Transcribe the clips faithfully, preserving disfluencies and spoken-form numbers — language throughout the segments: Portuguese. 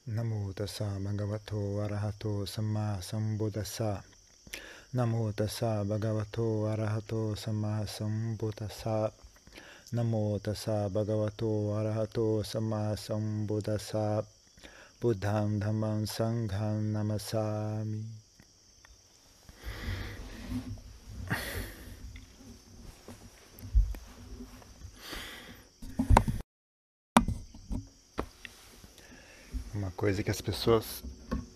Namo tassa bhagavato arahato samma sambuddhassa. Namo tassa bhagavato arahato samma sambuddhassa. Namo tassa bhagavato arahato samma sambuddhassa. Buddham dhammam sangham namassami. Uma coisa que as pessoas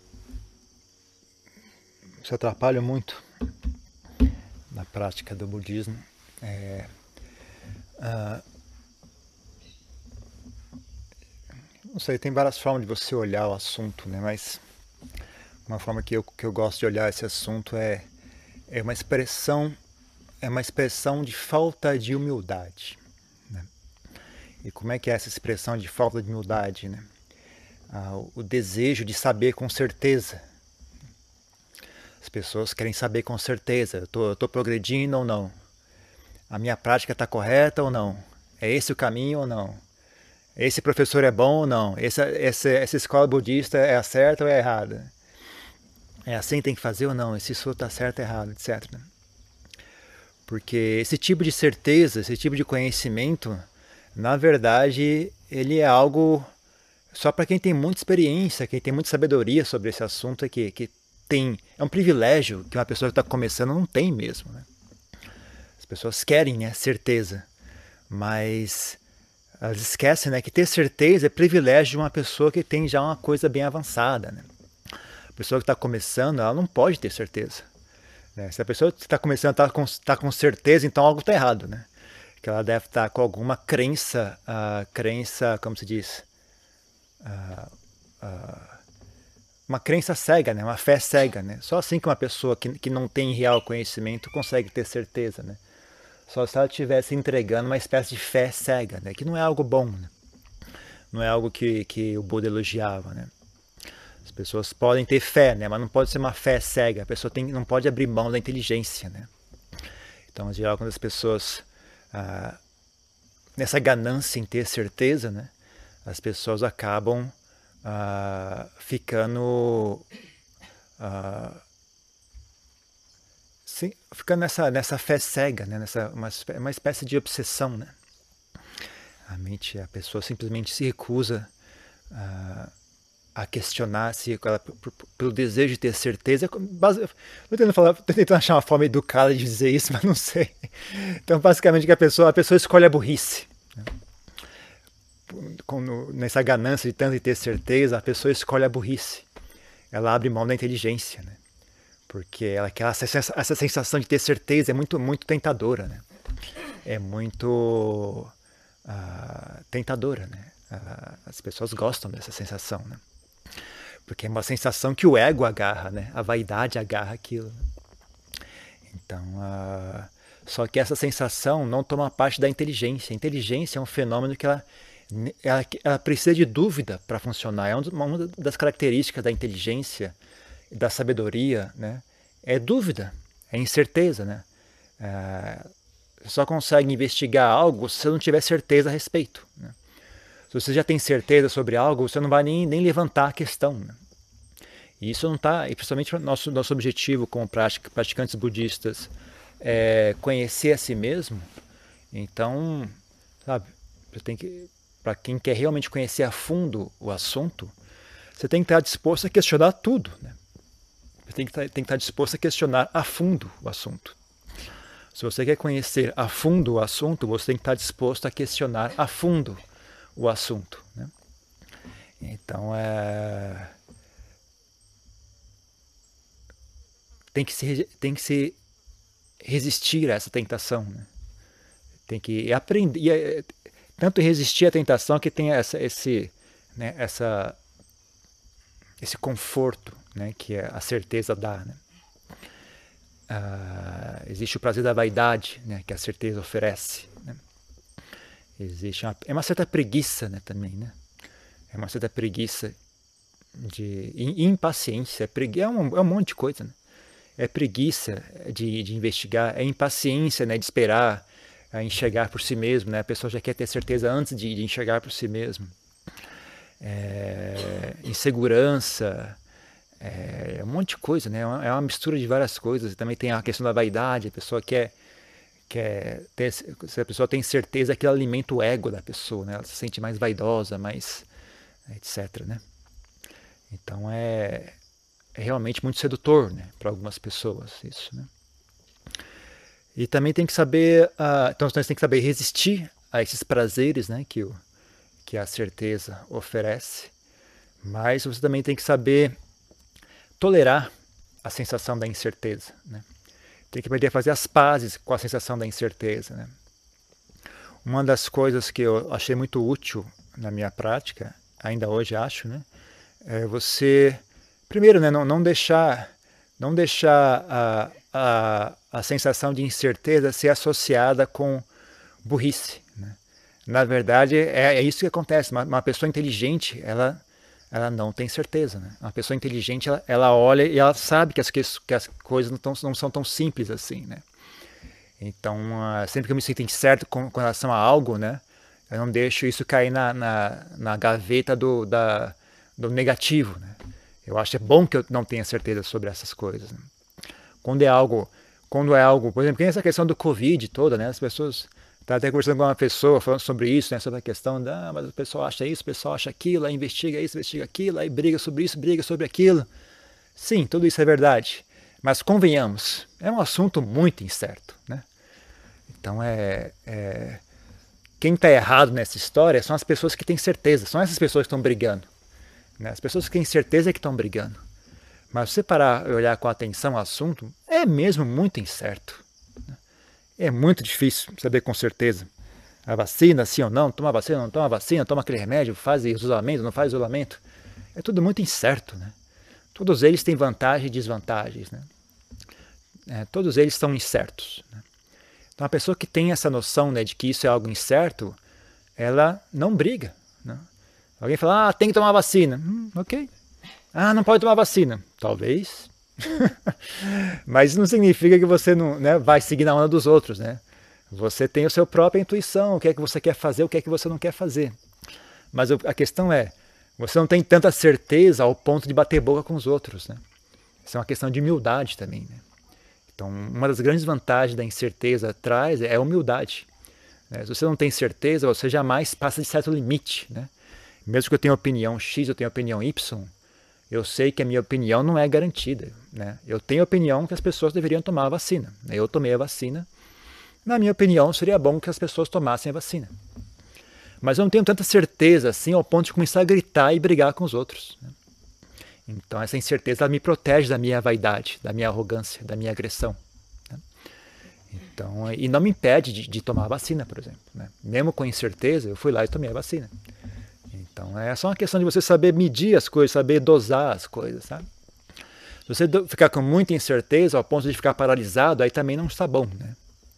se atrapalham muito na prática do budismo é uh, não sei, tem várias formas de você olhar o assunto, né? Mas uma forma que eu, que eu gosto de olhar esse assunto é, é uma expressão é uma expressão de falta de humildade, né? E como é que é essa expressão de falta de humildade, né? Ah, o desejo de saber com certeza. As pessoas querem saber com certeza, eu tô, eu tô progredindo ou não? A minha prática está correta ou não? É esse o caminho ou não? Esse professor é bom ou não? Essa, essa, essa escola budista é a certa ou é a errada? É assim que tem que fazer ou não? Esse isso está certo ou errado, etcétera. Porque esse tipo de certeza, esse tipo de conhecimento, na verdade, ele é algo só para quem tem muita experiência, quem tem muita sabedoria sobre esse assunto, é que, que tem, é um privilégio que uma pessoa que está começando não tem mesmo, né? As pessoas querem, né, certeza, mas elas esquecem, né, que ter certeza é privilégio de uma pessoa que tem já uma coisa bem avançada, né? A pessoa que está começando, ela não pode ter certeza, né? Se a pessoa que está começando está com, tá com certeza, então algo está errado, né? Que ela deve estar tá com alguma crença, uh, crença, como se diz, uh, uh, uma crença cega, né? Uma fé cega, né? Só assim que uma pessoa que, que não tem real conhecimento consegue ter certeza, né? Só se ela estivesse entregando uma espécie de fé cega, né? Que não é algo bom, né? Não é algo que, que o Buda elogiava, né? As pessoas podem ter fé, né? Mas não pode ser uma fé cega. A pessoa tem, não pode abrir mão da inteligência, né? Então, em geral, quando as pessoas ah, nessa ganância em ter certeza, né? As pessoas acabam ah, ficando ah, sim, ficando nessa, nessa fé cega, né? Nessa, uma, uma espécie de obsessão, né? A mente, a pessoa simplesmente se recusa uh, a questionar se ela, pelo desejo de ter certeza. Estou tentando, falar, tentando achar uma forma educada de dizer isso, mas não sei. Então, basicamente, que a pessoa, a pessoa escolhe a burrice, né? Quando, nessa ganância de tanto ter certeza, a pessoa escolhe a burrice. Ela abre mão da inteligência, né? Porque ela, essa, essa sensação de ter certeza é muito, muito tentadora, né? É muito uh, tentadora, né? Uh, as pessoas gostam dessa sensação, né? Porque é uma sensação que o ego agarra, né? A vaidade agarra aquilo. Então, uh, só que essa sensação não toma parte da inteligência. A inteligência é um fenômeno que ela, ela, ela precisa de dúvida para funcionar. É uma das características da inteligência, da sabedoria, né? É dúvida, é incerteza, né? Uh, você só consegue investigar algo se você não tiver certeza a respeito, né? Se você já tem certeza sobre algo, você não vai nem, nem levantar a questão, né? E isso não está, e principalmente o nosso, nosso objetivo como praticantes budistas é conhecer a si mesmo. Então, sabe, você tem que, para quem quer realmente conhecer a fundo o assunto, você tem que estar disposto a questionar tudo, né? Você tem que estar, tem que estar disposto a questionar a fundo o assunto. Se você quer conhecer a fundo o assunto, você tem que estar disposto a questionar a fundo o assunto, né? Então, é... tem que se, tem que se resistir a essa tentação, né? Tem que aprender, e é, tanto resistir à tentação que tem essa, esse, né, essa, esse conforto, né, que a certeza dá, né? Ah, existe o prazer da vaidade, né, que a certeza oferece, né? Existe uma, é uma certa preguiça, né, também, né? É uma certa preguiça de impaciência, é, pregui, é, um, é um monte de coisa, né? É preguiça de, de investigar, é impaciência, né, de esperar, é enxergar por si mesmo, né? A pessoa já quer ter certeza antes de, de enxergar por si mesmo. É, insegurança, é, um monte de coisa, né? É uma, é uma mistura de várias coisas. Também tem a questão da vaidade, a pessoa quer, quer ter, se a pessoa tem certeza que ela alimenta o ego da pessoa, né? Ela se sente mais vaidosa, mais etc, né? Então é, é realmente muito sedutor, né? Para algumas pessoas isso, né? E também tem que saber, uh, então nós tem que saber resistir a esses prazeres, né? Que, o, que a certeza oferece. Mas você também tem que saber tolerar a sensação da incerteza, né? Tem que aprender a fazer as pazes com a sensação da incerteza, né? Uma das coisas que eu achei muito útil na minha prática, ainda hoje acho, né? É você, primeiro, né? Não, não deixar, não deixar a, a, a sensação de incerteza ser associada com burrice, né? Na verdade, é, é isso que acontece. Uma, uma pessoa inteligente, ela ela não tem certeza, né? Uma pessoa inteligente, ela, ela olha e ela sabe que as, que as coisas não, tão, não são tão simples assim, né? Então, uh, sempre que eu me sinto incerto com, com relação a algo, né? Eu não deixo isso cair na, na, na gaveta do, da, do negativo, né? Eu acho que é bom que eu não tenha certeza sobre essas coisas, né? Quando é algo, quando é algo, por exemplo, tem essa questão do Covid toda, né? As pessoas... Estava até conversando com uma pessoa falando sobre isso, né, sobre a questão da, ah, mas o pessoal acha isso, o pessoal acha aquilo, aí investiga isso, investiga aquilo, aí briga sobre isso, briga sobre aquilo. Sim, tudo isso é verdade, mas convenhamos, é um assunto muito incerto, né? Então é, é quem está errado nessa história são as pessoas que têm certeza, são essas pessoas que estão brigando, né? As pessoas que têm certeza é que estão brigando. Mas se você parar e olhar com atenção o assunto, é mesmo muito incerto. É muito difícil saber com certeza. A vacina, sim ou não, toma vacina, não toma vacina, toma aquele remédio, faz isolamento, não faz isolamento. É tudo muito incerto, né? Todos eles têm vantagens e desvantagens, né? É, todos eles são incertos, né? Então a pessoa que tem essa noção, né, de que isso é algo incerto, ela não briga, né? Alguém fala, ah, tem que tomar vacina. Hum, ok. Ah, não pode tomar vacina. Talvez... Mas isso não significa que você não, né, vai seguir na onda dos outros, né? Você tem a sua própria intuição, o que é que você quer fazer, o que é que você não quer fazer. Mas a questão é, você não tem tanta certeza ao ponto de bater boca com os outros, né? Isso é uma questão de humildade também, né? Então, uma das grandes vantagens da incerteza atrás é a humildade, né? Se você não tem certeza, você jamais passa de certo limite, né? Mesmo que eu tenha opinião X, eu tenha opinião Y, eu sei que a minha opinião não é garantida, né? Eu tenho a opinião que as pessoas deveriam tomar a vacina. Eu tomei a vacina. Na minha opinião, seria bom que as pessoas tomassem a vacina. Mas eu não tenho tanta certeza assim ao ponto de começar a gritar e brigar com os outros, né? Então essa incerteza ela me protege da minha vaidade, da minha arrogância, da minha agressão, né? Então, e não me impede de, de tomar a vacina, por exemplo, né? Mesmo com incerteza, eu fui lá e tomei a vacina. Então é só uma questão de você saber medir as coisas, saber dosar as coisas, sabe? Se você ficar com muita incerteza ao ponto de ficar paralisado, aí também não está bom, né?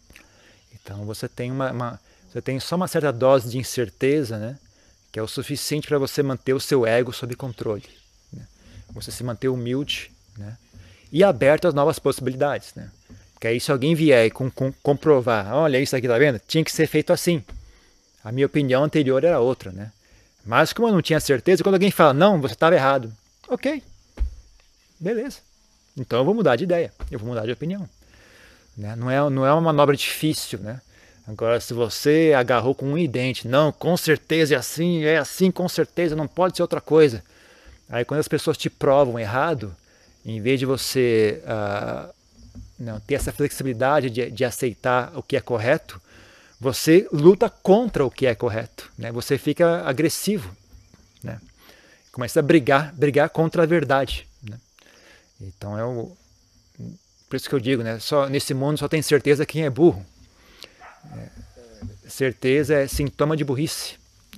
Então você tem, uma, uma, você tem só uma certa dose de incerteza, né? Que é o suficiente para você manter o seu ego sob controle, né? Você se manter humilde, né? E aberto às novas possibilidades, né? Porque aí se alguém vier e com, com, comprovar, olha isso aqui, tá vendo? Tinha que ser feito assim. A minha opinião anterior era outra, né? Mas como eu não tinha certeza, quando alguém fala, não, você estava errado. Ok, beleza. Então eu vou mudar de ideia, eu vou mudar de opinião, né? Não é, não é uma manobra difícil, né? Agora, se você agarrou com um dente, não, com certeza é assim, é assim, com certeza, não pode ser outra coisa. Aí quando as pessoas te provam errado, em vez de você uh, não, ter essa flexibilidade de, de aceitar o que é correto, você luta contra o que é correto, né? Você fica agressivo, né? Começa a brigar, brigar contra a verdade, né? Então é o, por isso que eu digo, né? Só nesse mundo só tem certeza quem é burro. É, certeza é sintoma de burrice.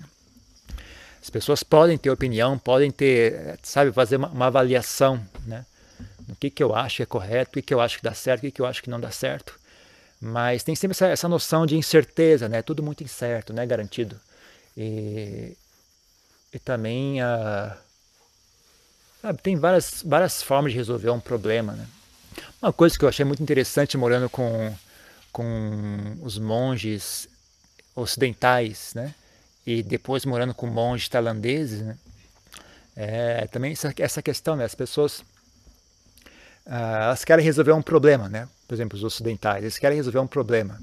As pessoas podem ter opinião, podem ter, sabe, fazer uma, uma avaliação, né? O que que eu acho que é correto, o que que eu acho que dá certo, o que que eu acho que não dá certo. Mas tem sempre essa, essa noção de incerteza, né? Tudo muito incerto, não é garantido. E, e também uh, sabe, tem várias, várias formas de resolver um problema, né? Uma coisa que eu achei muito interessante morando com, com os monges ocidentais, né? E depois morando com monges tailandeses, né? É, também essa, essa questão, né? As pessoas ah, elas querem resolver um problema, né? Por exemplo, os ocidentais, eles querem resolver um problema.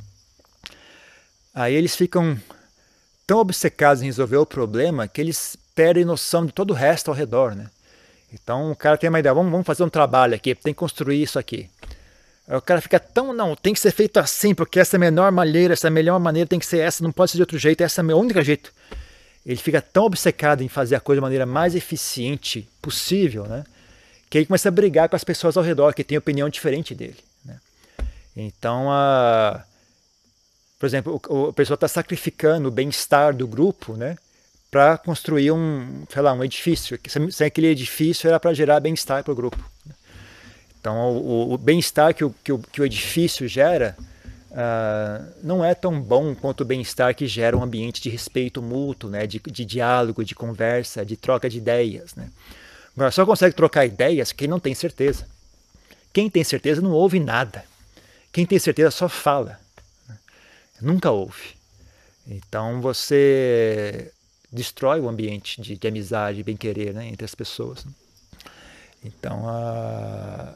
Aí eles ficam tão obcecados em resolver o problema que eles perdem noção de todo o resto ao redor, né? Então o cara tem uma ideia, vamos, vamos fazer um trabalho aqui, tem que construir isso aqui. Aí o cara fica tão, não, tem que ser feito assim, porque essa é a melhor maneira, essa melhor maneira tem que ser essa, não pode ser de outro jeito, essa é o único jeito. Ele fica tão obcecado em fazer a coisa da maneira mais eficiente possível, né? Que ele começa a brigar com as pessoas ao redor que têm opinião diferente dele, né? Então, a, por exemplo, o, a pessoa está sacrificando o bem-estar do grupo, né? Para construir um, sei lá, um edifício. Sem aquele edifício era para gerar bem-estar para o grupo. Então, o, o bem-estar que o, que, o, que o edifício gera uh, não é tão bom quanto o bem-estar que gera um ambiente de respeito mútuo, né? de, de diálogo, de conversa, de troca de ideias, né? Agora, só consegue trocar ideias quem não tem certeza. Quem tem certeza não ouve nada. Quem tem certeza só fala. Nunca ouve. Então, você destrói o ambiente de, de amizade e bem-querer, né? Entre as pessoas. Então, a...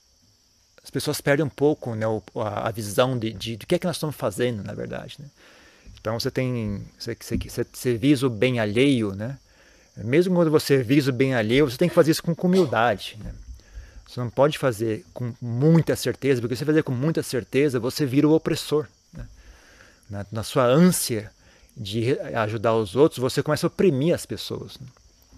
as pessoas perdem um pouco, né, a, a visão de, de, de que é que nós estamos fazendo, na verdade, né? Então você tem, você, você, você visa o bem alheio, né? Mesmo quando você visa o bem alheio, você tem que fazer isso com, com humildade, né? Você não pode fazer com muita certeza, porque se você fazer com muita certeza, você vira o opressor, né? Na, na sua ânsia de ajudar os outros, você começa a oprimir as pessoas, né?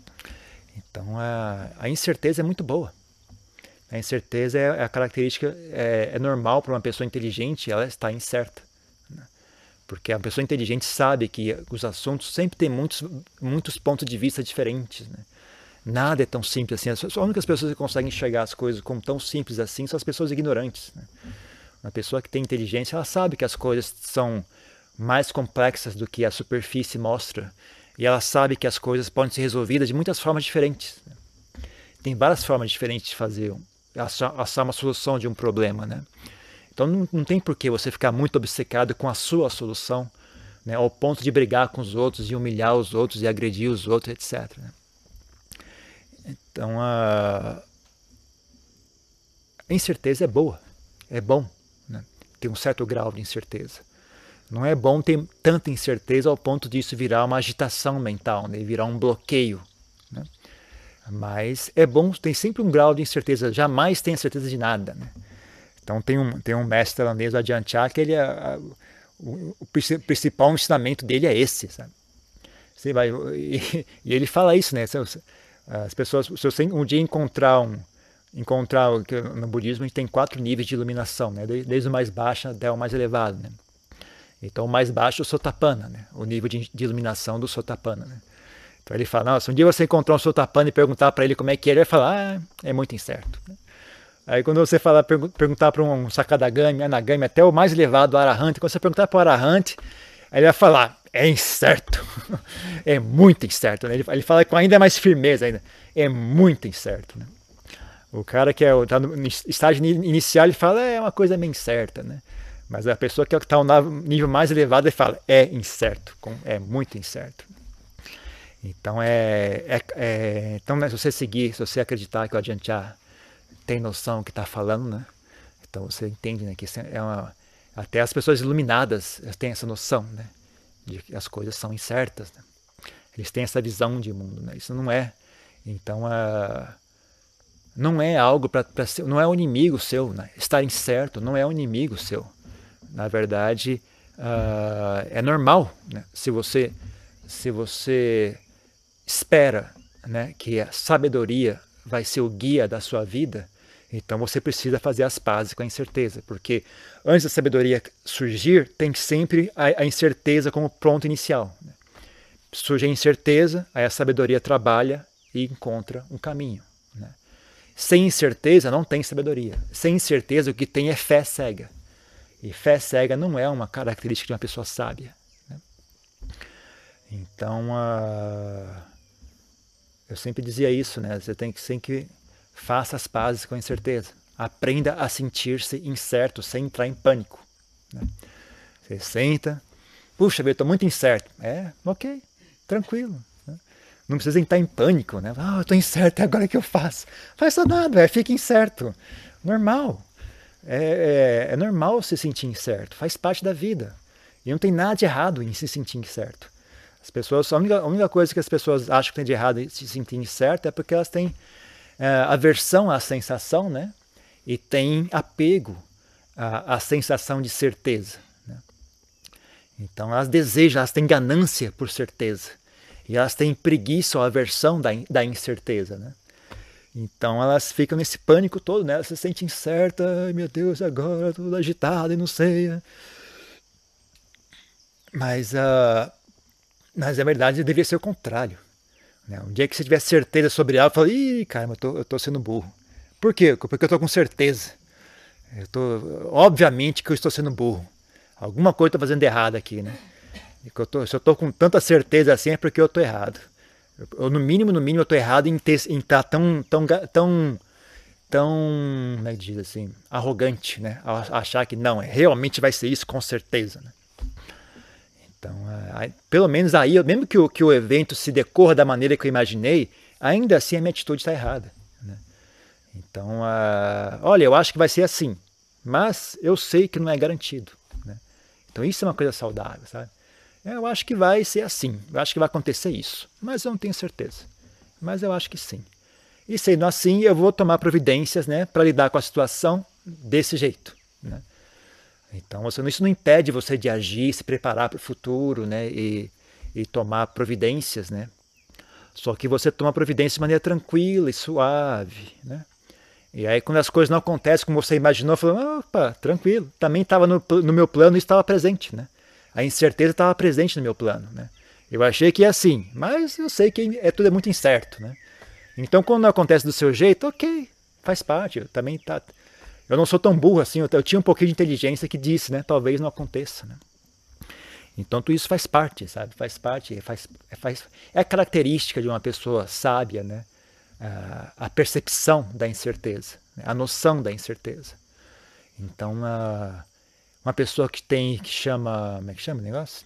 Então a, a incerteza é muito boa. A incerteza é a característica, é, é normal para uma pessoa inteligente, ela está incerta, né? Porque a pessoa inteligente sabe que os assuntos sempre têm muitos, muitos pontos de vista diferentes, né? Nada é tão simples assim. As únicas pessoas que conseguem enxergar as coisas como tão simples assim são as pessoas ignorantes, né? Uma pessoa que tem inteligência, ela sabe que as coisas são mais complexas do que a superfície mostra, e ela sabe que as coisas podem ser resolvidas de muitas formas diferentes, né? Tem várias formas diferentes de fazer achar uma solução de um problema, né? Então não, não tem por que você ficar muito obcecado com a sua solução, né, ao ponto de brigar com os outros e humilhar os outros e agredir os outros, etcétera, né? Então a incerteza é boa, é bom, né? Tem um certo grau de incerteza. Não é bom ter tanta incerteza ao ponto disso virar uma agitação mental, né? Virar um bloqueio, né? Mas é bom, tem sempre um grau de incerteza, jamais tenha certeza de nada, né? Então tem um, tem um mestre tailandês, o Ajahn Chah, que ele é, a, o, o principal ensinamento dele é esse, sabe? Você vai, e, e ele fala isso, né? As pessoas, se você um dia encontrar um, encontrar no budismo a gente tem quatro níveis de iluminação, né? Desde o mais baixo até o mais elevado, né? Então o mais baixo é o Sotapanna, né? O nível de, de iluminação do Sotapanna, né? Então ele fala, se um dia você encontrar um Sotapanna e perguntar para ele como é que é, ele vai falar, ah, é muito incerto. Aí quando você falar, perguntar para um Sakadagami, Anagami, até o mais elevado, o Arahant, quando você perguntar para o Arahant, aí ele vai falar, é incerto, é muito incerto, né? Ele, ele fala com ainda mais firmeza ainda, é muito incerto, né? O cara que está é, no estágio inicial, ele fala, é uma coisa meio incerta, né? Mas a pessoa que está no nível mais elevado, ele fala, é incerto, é muito incerto. Então, é, é, é, então né, se você seguir, se você acreditar que o Ajahn Chah tem noção do que está falando, né? Então você entende, né, que é uma, até as pessoas iluminadas têm essa noção, né, de que as coisas são incertas, né? Eles têm essa visão de mundo, né? Isso não é, então a, não é algo para ser, não é um inimigo seu, né? Estar incerto não é um inimigo seu. Na verdade, uh, é normal, né? Se você se você espera, né, que a sabedoria vai ser o guia da sua vida, então você precisa fazer as pazes com a incerteza, porque antes da sabedoria surgir, tem sempre a, a incerteza como ponto inicial, né? Surge a incerteza, aí a sabedoria trabalha e encontra um caminho, né? Sem incerteza não tem sabedoria. Sem incerteza o que tem é fé cega. E fé cega não é uma característica de uma pessoa sábia, né? Então, uh, eu sempre dizia isso, né? Você tem que sempre faça as pazes com a incerteza. Aprenda a sentir-se incerto sem entrar em pânico, né? Você senta, puxa, eu estou muito incerto. É, ok, tranquilo, né? Não precisa entrar em pânico, né? Ah, eu tô incerto, agora o que eu faço? Faça nada, é, fica incerto. Normal. É, é, é normal se sentir incerto, faz parte da vida. E não tem nada de errado em se sentir incerto. As pessoas, a única, a única coisa que as pessoas acham que tem de errado em se sentir incerto é porque elas têm é, aversão à sensação, né? E têm apego à, à sensação de certeza. Né? Então elas desejam, elas têm ganância por certeza. E elas têm preguiça ou aversão da, da incerteza, né? Então elas ficam nesse pânico todo, né? Elas se sentem incertas, ai meu Deus, agora tudo agitado e não sei. Mas, uh, mas a verdade deveria ser o contrário. Né? Um dia que você tiver certeza sobre algo, fala, ih, cara, eu tô, eu tô sendo burro. Por quê? Porque eu tô com certeza. Eu tô, obviamente que eu estou sendo burro. Alguma coisa eu tô fazendo errado aqui, né? Eu tô, se eu tô com tanta certeza assim é porque eu tô errado. Eu, no mínimo, no mínimo, eu tô errado em estar tão, tão, tão, tão, como é que diz assim, arrogante, né? A achar que não, realmente vai ser isso, com certeza, né? Então, aí, pelo menos aí, mesmo que o, que o evento se decorra da maneira que eu imaginei, ainda assim a minha atitude está errada. Né? Então, uh, olha, eu acho que vai ser assim, mas eu sei que não é garantido. Né? Então, isso é uma coisa saudável, sabe? Eu acho que vai ser assim, eu acho que vai acontecer isso, mas eu não tenho certeza. Mas eu acho que sim. E sendo assim, eu vou tomar providências, né, para lidar com a situação desse jeito. Né? Então, isso não impede você de agir, se preparar para o futuro, né, e, e tomar providências, né? Só que você toma providência de maneira tranquila e suave, né? E aí, quando as coisas não acontecem como você imaginou, falando, opa, tranquilo, também estava no, no meu plano e estava presente, né? A incerteza estava presente no meu plano, né? Eu achei que ia assim, mas eu sei que é, tudo é muito incerto, né? Então, quando não acontece do seu jeito, ok, faz parte, eu também tá... Eu não sou tão burro assim, eu, eu tinha um pouquinho de inteligência que disse, né? Talvez não aconteça, né? Então, tudo isso faz parte, sabe? Faz parte, faz, faz, é a característica de uma pessoa sábia, né? A, a percepção da incerteza, a noção da incerteza. Então, a... uma pessoa que tem, que chama, como é que chama o negócio?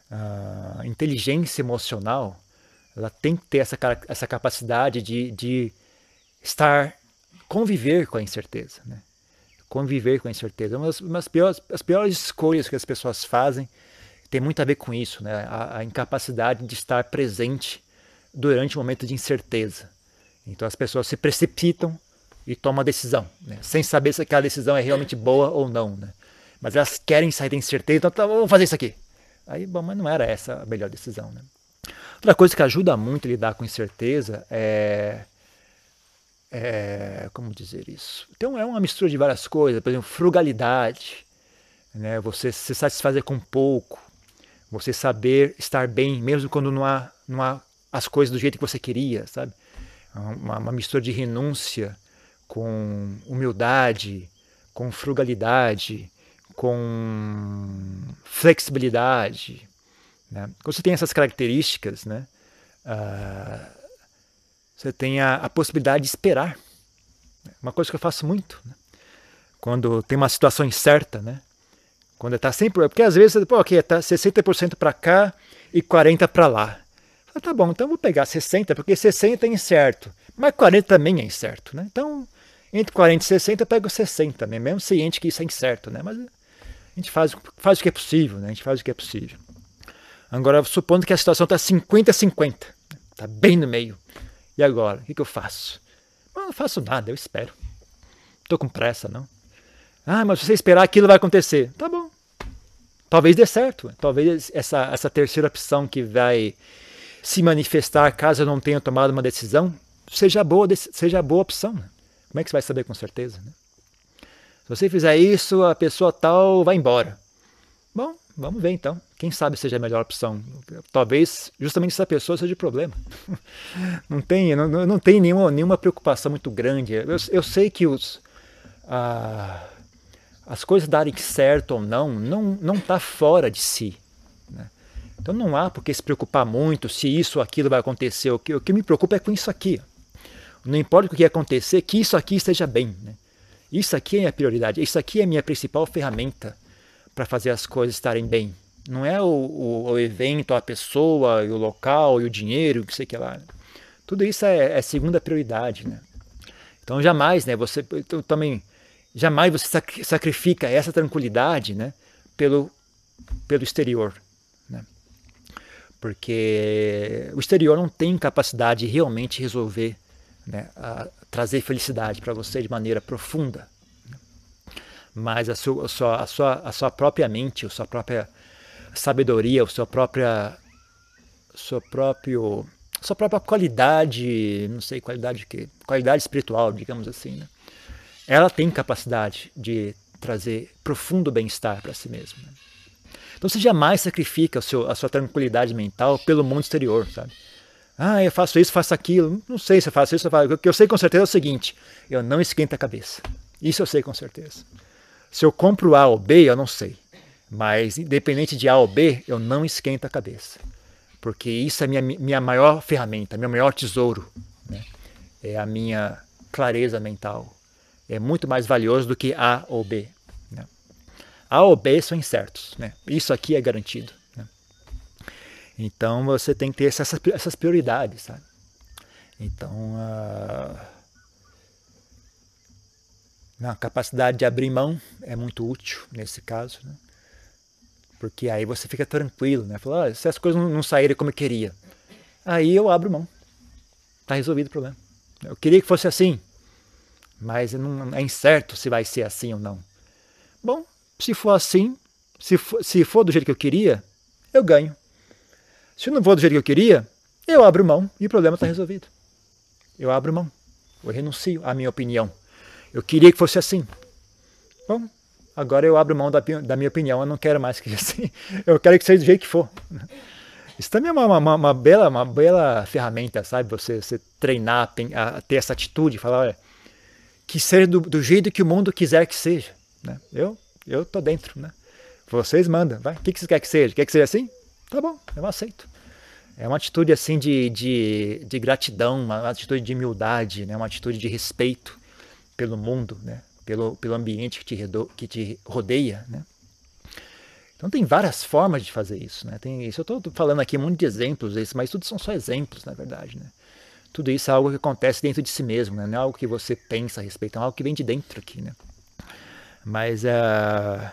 Uh, inteligência emocional, ela tem que ter essa, essa capacidade de, de estar, conviver com a incerteza, né? Conviver com a incerteza. Uma das, uma das piores, as piores escolhas que as pessoas fazem tem muito a ver com isso, né? A, a incapacidade de estar presente durante um momento de incerteza. Então as pessoas se precipitam e tomam a decisão, né? Sem saber se aquela decisão é realmente boa ou não, né? Mas elas querem sair da incerteza, então tá, vamos fazer isso aqui. Aí, bom, mas não era essa a melhor decisão, né? Outra coisa que ajuda muito a lidar com incerteza é, é como dizer isso? Então é uma mistura de várias coisas, por exemplo, frugalidade, né? Você se satisfazer com pouco, você saber estar bem, mesmo quando não há, não há as coisas do jeito que você queria, sabe? Uma, uma mistura de renúncia com humildade, com frugalidade, com flexibilidade. Né? Quando você tem essas características, né, uh, você tem a, a possibilidade de esperar. Uma coisa que eu faço muito. Né? Quando tem uma situação incerta, né? Quando está sempre... Porque às vezes, pô, ok, está sessenta por cento para cá e quarenta por cento para lá. Falo, tá bom, então eu vou pegar sessenta, porque sessenta é incerto. Mas quarenta também é incerto. Né? Então, entre quarenta e sessenta eu pego sessenta, né? Mesmo ciente que isso é incerto. Né? Mas a gente faz, faz o que é possível, né? A gente faz o que é possível. Agora, supondo que a situação está cinquenta a cinquenta, está bem no meio. E agora? O que, que eu faço? Eu não faço nada, eu espero. Não estou com pressa, não. Ah, mas se você esperar aquilo vai acontecer. Tá bom. Talvez dê certo. Talvez essa, essa terceira opção que vai se manifestar caso eu não tenha tomado uma decisão seja boa, seja boa opção. Né? Como é que você vai saber com certeza? Né? Se você fizer isso, a pessoa tal vai embora. Bom, vamos ver então. Quem sabe seja a melhor opção. Talvez justamente essa pessoa seja o problema. Não tem, não, não tem nenhuma, nenhuma preocupação muito grande. Eu, eu sei que os, ah, as coisas darem certo ou não, não está fora de si. Né? Então não há por que se preocupar muito se isso ou aquilo vai acontecer. O que, o que me preocupa é com isso aqui. Não importa o que acontecer, que isso aqui esteja bem. Né? Isso aqui é a minha prioridade. Isso aqui é a minha principal ferramenta para fazer as coisas estarem bem. Não é o, o, o evento, a pessoa, o local, e o dinheiro, o que sei que lá. Tudo isso é, é segunda prioridade, né? Então jamais, né, você então, também jamais você sacrifica essa tranquilidade, né, pelo pelo exterior, né? Porque o exterior não tem capacidade de realmente resolver, né, a, trazer felicidade para você de maneira profunda, né? Mas a sua, a, sua, a, sua, a sua própria mente, a sua própria sabedoria, a sua própria, sua próprio, sua própria qualidade, não sei, qualidade de quê? Qualidade espiritual, digamos assim, né? Ela tem capacidade de trazer profundo bem-estar para si mesma, né? Então você jamais sacrifica o seu, a sua tranquilidade mental pelo mundo exterior, sabe? Ah, eu faço isso, faço aquilo. Não sei se eu faço isso, eu faço. O que eu sei com certeza é o seguinte: eu não esquento a cabeça. Isso eu sei com certeza. Se eu compro A ou B, eu não sei. Mas independente de A ou B, eu não esquento a cabeça. Porque isso é minha, minha maior ferramenta, meu maior tesouro, né? É a minha clareza mental. É muito mais valioso do que A ou B, né? A ou B são incertos, né? Isso aqui é garantido, né? Então você tem que ter essas, essas prioridades, sabe? Então a, a capacidade de abrir mão é muito útil nesse caso, né? Porque aí você fica tranquilo, né? Fala, ah, se as coisas não saírem como eu queria, aí eu abro mão, tá resolvido o problema. Eu queria que fosse assim, mas não, é incerto se vai ser assim ou não. Bom, se for assim, se for, se for do jeito que eu queria, eu ganho. Se não for do jeito que eu queria, eu abro mão e o problema está resolvido. Eu abro mão, eu renuncio à minha opinião. Eu queria que fosse assim. Bom, agora eu abro mão da, da minha opinião, eu não quero mais que seja assim. Eu quero que seja do jeito que for. Isso também é uma, uma, uma, bela, uma bela ferramenta, sabe? Você, você treinar a ter essa atitude, falar, olha, que seja do, do jeito que o mundo quiser que seja, né? Eu eu tô dentro, né? Vocês mandam, vai. O que, que você quer que seja? Quer que seja assim? Tá bom, eu aceito. É uma atitude assim de, de, de gratidão, uma atitude de humildade, né? Uma atitude de respeito pelo mundo, né? Pelo, pelo ambiente que te, redo, que te rodeia, né? Então tem várias formas de fazer isso, né? Tem, isso eu estou falando aqui um monte de exemplos, mas tudo são só exemplos, na verdade, né? Tudo isso é algo que acontece dentro de si mesmo, né? Não é algo que você pensa a respeito, é algo que vem de dentro aqui, né? Mas é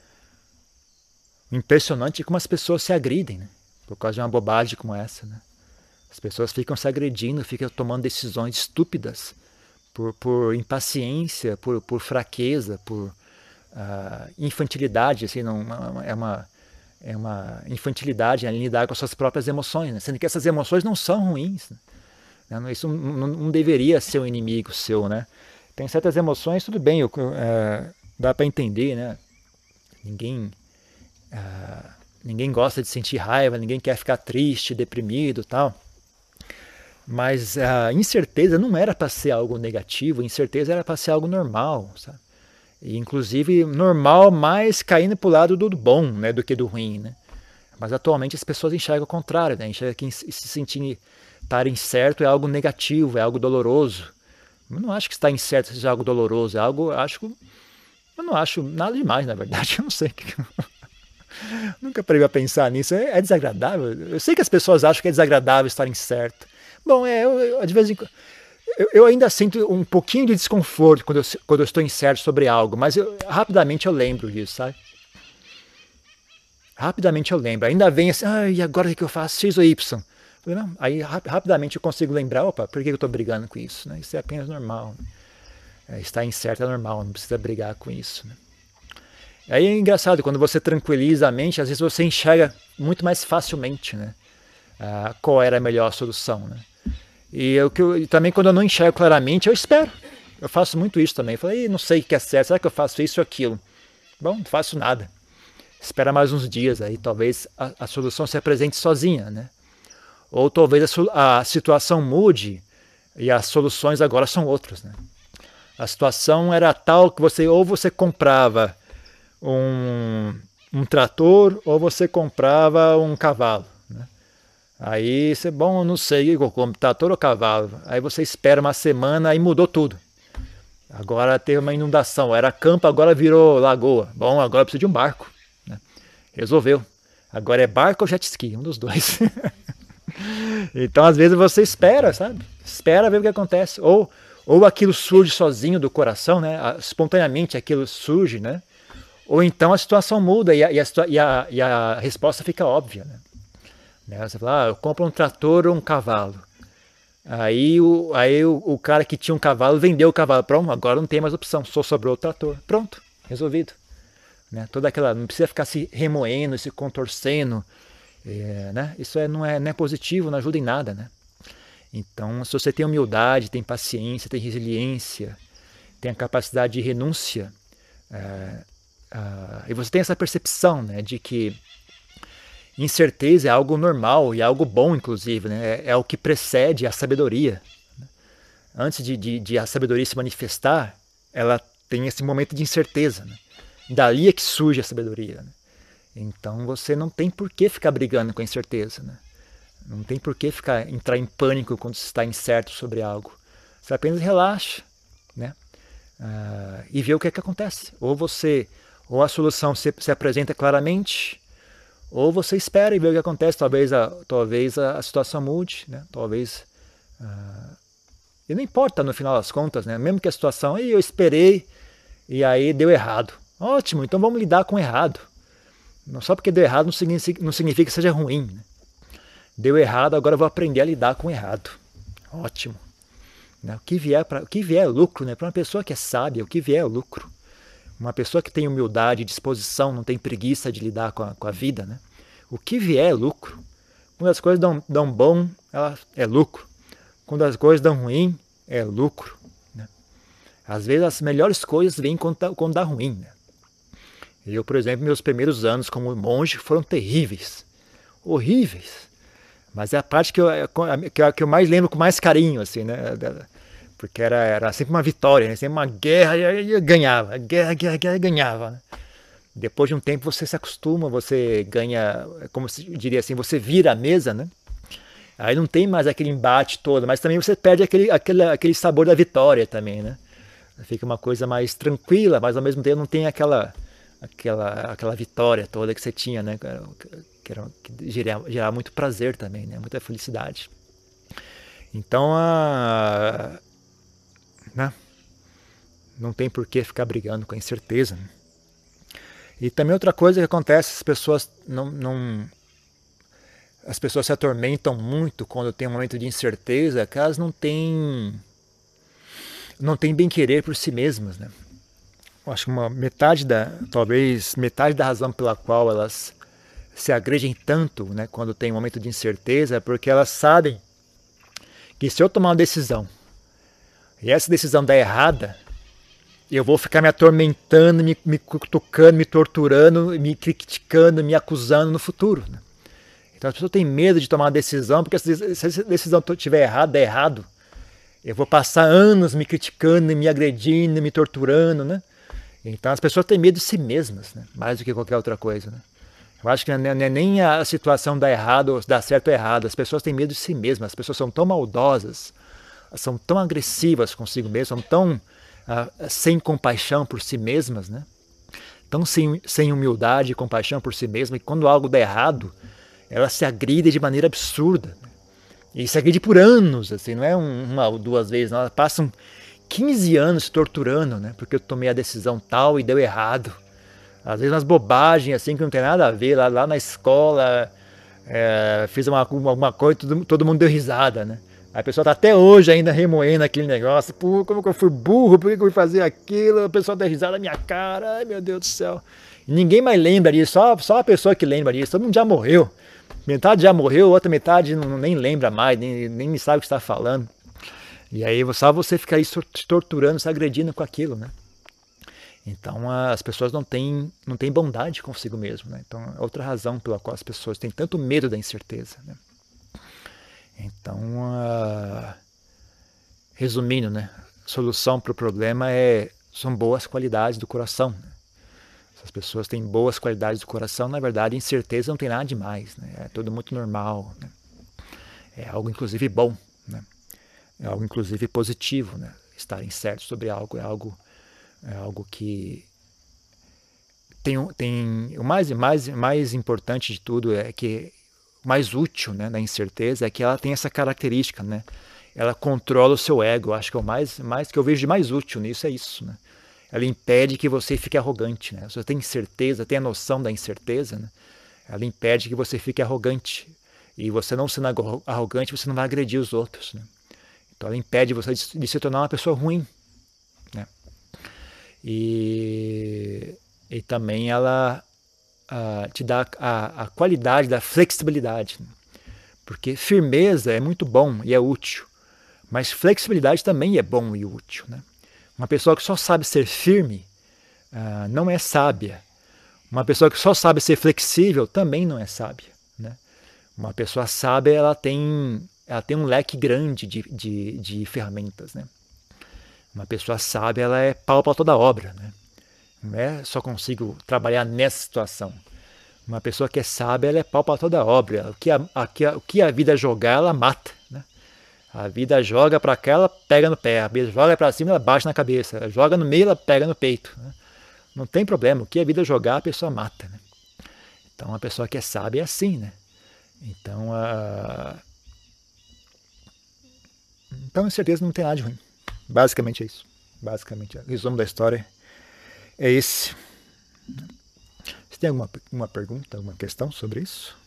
impressionante como as pessoas se agridem, né? Por causa de uma bobagem como essa, né? As pessoas ficam se agredindo, ficam tomando decisões estúpidas por, por impaciência, por, por fraqueza, por uh, infantilidade, assim, não, uma, é uma é uma infantilidade em lidar com as suas próprias emoções, né? Sendo que essas emoções não são ruins, né? Isso não, não deveria ser um inimigo seu, né? Tem certas emoções, tudo bem, eu, uh, dá para entender, né? Ninguém uh, ninguém gosta de sentir raiva, ninguém quer ficar triste, deprimido, tal. Mas a incerteza não era para ser algo negativo, a incerteza era para ser algo normal, sabe? E, inclusive normal, mais caindo para o lado do bom, né, do que do ruim, né? Mas atualmente as pessoas enxergam o contrário, né? Enxergam que se sentir estar incerto é algo negativo, é algo doloroso. Eu não acho que estar incerto seja algo doloroso, é algo, acho, eu não acho nada demais, na verdade, eu não sei. Nunca parei a pensar nisso, é, é desagradável. Eu sei que as pessoas acham que é desagradável estar incerto. Bom, é, eu, eu, de vez em quando, eu, eu ainda sinto um pouquinho de desconforto quando eu, quando eu estou incerto sobre algo, mas eu, rapidamente eu lembro disso, sabe? Rapidamente eu lembro. Ainda vem assim, ah, e agora o que eu faço? X ou Y? Não, aí rapidamente eu consigo lembrar, opa, por que eu estou brigando com isso? Né? Isso é apenas normal. Né? É, estar incerto é normal, não precisa brigar com isso. Né? Aí é engraçado, quando você tranquiliza a mente, às vezes você enxerga muito mais facilmente, né? Ah, qual era a melhor solução. Né? E eu, eu, também quando eu não enxergo claramente, eu espero. Eu faço muito isso também. Eu falei, não sei o que é certo, será que eu faço isso ou aquilo? Bom, não faço nada. Espera mais uns dias aí, talvez a, a solução se apresente sozinha, né? Ou talvez a, a situação mude e as soluções agora são outras, né? A situação era tal que você ou você comprava um, um trator ou você comprava um cavalo, né? Aí você, bom, não sei, como trator ou cavalo. Aí você espera uma semana e mudou tudo. Agora teve uma inundação, era campo, agora virou lagoa. Bom, agora precisa de um barco, né? Resolveu. Agora é barco ou jet ski, um dos dois. Então, às vezes, você espera, sabe? Espera ver o que acontece. Ou, ou aquilo surge sozinho do coração, né? Espontaneamente aquilo surge, né? Ou então a situação muda e a, e a, e a, e a resposta fica óbvia, né? Você fala, ah, eu compro um trator ou um cavalo. Aí, o, aí o, o cara que tinha um cavalo vendeu o cavalo. Pronto, agora não tem mais opção, só sobrou o trator. Pronto, resolvido. Né? Toda aquela, não precisa ficar se remoendo, se contorcendo. É, né? Isso é, não, é, não é positivo, não ajuda em nada. Né? Então, se você tem humildade, tem paciência, tem resiliência, tem a capacidade de renúncia, é, Uh, e você tem essa percepção, né, de que incerteza é algo normal e é algo bom, inclusive, né, é, é o que precede a sabedoria. Antes de, de, de a sabedoria se manifestar, ela tem esse momento de incerteza. Né? Dali é que surge a sabedoria. Né? Então você não tem por que ficar brigando com a incerteza. Né? Não tem por que ficar, entrar em pânico quando você está incerto sobre algo. Você apenas relaxa, né? uh, e vê o que é que acontece. Ou você... Ou a solução se, se apresenta claramente, ou você espera e vê o que acontece. Talvez a, talvez a, a situação mude, né? Talvez... Uh, e não importa no final das contas, né? Mesmo que a situação... eu esperei e aí deu errado. Ótimo, então vamos lidar com o errado. Não só porque deu errado não significa, não significa que seja ruim. Né? Deu errado, agora eu vou aprender a lidar com o errado. Ótimo. Né? O que vier, pra, o que vier é lucro, né? Para uma pessoa que é sábia, o que vier é lucro. Uma pessoa que tem humildade, disposição, não tem preguiça de lidar com a, com a vida, né? O que vier é lucro. Quando as coisas dão, dão bom, ela é lucro. Quando as coisas dão ruim, é lucro. Né? Às vezes as melhores coisas vêm quando, tá, quando dá ruim. Né? Eu, por exemplo, meus primeiros anos como monge foram terríveis. Horríveis. Mas é a parte que eu, que eu, que eu mais lembro com mais carinho, assim, né? Porque era, era sempre uma vitória, né? Sempre uma guerra e, e ganhava, guerra, guerra, guerra e ganhava. Né? Depois de um tempo você se acostuma, você ganha, como se diria assim, você vira a mesa, né? Aí não tem mais aquele embate todo, mas também você perde aquele, aquele, aquele sabor da vitória também, né? Fica uma coisa mais tranquila, mas ao mesmo tempo não tem aquela, aquela, aquela vitória toda que você tinha, né? Que, era, que gerava, gerava muito prazer também, né? Muita felicidade. Então, a... Né? Não tem por que ficar brigando com a incerteza. Né? E também outra coisa que acontece, as pessoas não, não as pessoas se atormentam muito quando tem um momento de incerteza, que elas não têm não têm bem querer por si mesmas, né? Eu acho que uma metade da talvez metade da razão pela qual elas se agredem tanto, né, quando tem um momento de incerteza, é porque elas sabem que se eu tomar uma decisão e essa decisão der errada, eu vou ficar me atormentando, me, me cutucando, me torturando, me criticando, me acusando no futuro. Né? Então as pessoas têm medo de tomar uma decisão, porque se essa decisão estiver errada, der errado, eu vou passar anos me criticando, me agredindo, me torturando. Né? Então as pessoas têm medo de si mesmas, né? Mais do que qualquer outra coisa. Né? Eu acho que não é nem a situação dar errado ou dar certo ou errado, as pessoas têm medo de si mesmas, as pessoas são tão maldosas, são tão agressivas consigo mesmas, são tão uh, sem compaixão por si mesmas, né? Tão sem, sem humildade e compaixão por si mesmas, que quando algo dá errado, elas se agridem de maneira absurda. Né? E se agridem por anos, assim, não é uma ou duas vezes, não, elas passam quinze anos se torturando, né? Porque eu tomei a decisão tal e deu errado. Às vezes umas bobagens assim que não tem nada a ver, lá, lá na escola é, fiz uma, uma coisa e todo, todo mundo deu risada, né? A pessoa tá até hoje ainda remoendo aquele negócio. Pô, como que eu fui burro? Por que eu fui fazer aquilo? A pessoa dá risada na minha cara. Ai, meu Deus do céu. E ninguém mais lembra disso. Só, só a pessoa que lembra disso. Todo mundo já morreu. Metade já morreu, outra metade não, nem lembra mais, nem, nem sabe o que está falando. E aí só você fica aí se torturando, se agredindo com aquilo, né? Então as pessoas não têm, não têm bondade consigo mesmo, né? Então é outra razão pela qual as pessoas têm tanto medo da incerteza, né? Então, uh, resumindo, né, a solução para o problema é, são boas qualidades do coração. Né? Se as pessoas têm boas qualidades do coração, na verdade, incerteza não tem nada demais. Né? É tudo muito normal. Né? É algo, inclusive, bom. Né? É algo, inclusive, positivo. Né? Estar incerto sobre algo é algo, é algo que... Tem, tem, o mais, mais, mais importante de tudo é que mais útil, né, da incerteza é que ela tem essa característica, né? Ela controla o seu ego. Acho que o mais, mais que eu vejo de mais útil nisso é isso, né? Ela impede que você fique arrogante, né? Você tem certeza, tem a noção da incerteza, né? Ela impede que você fique arrogante. E você não sendo arrogante, você não vai agredir os outros, né? Então ela impede você de, de se tornar uma pessoa ruim, né? E, e também ela uh, te dá a, a qualidade da flexibilidade, né? Porque firmeza é muito bom e é útil, mas flexibilidade também é bom e útil, né? Uma pessoa que só sabe ser firme uh, não é sábia. Uma pessoa que só sabe ser flexível também não é sábia, né? Uma pessoa sábia, ela tem, ela tem um leque grande de, de, de ferramentas, né? Uma pessoa sábia, ela é pau para toda obra, né? Não é só consigo trabalhar nessa situação. Uma pessoa que é sábia, ela é pau para toda obra. O que a, a, o que a vida jogar, ela mata, né? A vida joga para cá, ela pega no pé. A vida joga para cima, ela bate na cabeça. Ela joga no meio, ela pega no peito, né? Não tem problema. O que a vida jogar, a pessoa mata, né? Então, uma pessoa que é sábia é assim, né? Então, a... então, incerteza não tem nada de ruim. Basicamente é isso. Basicamente, o resumo da história é esse. Você tem alguma uma pergunta, alguma questão sobre isso?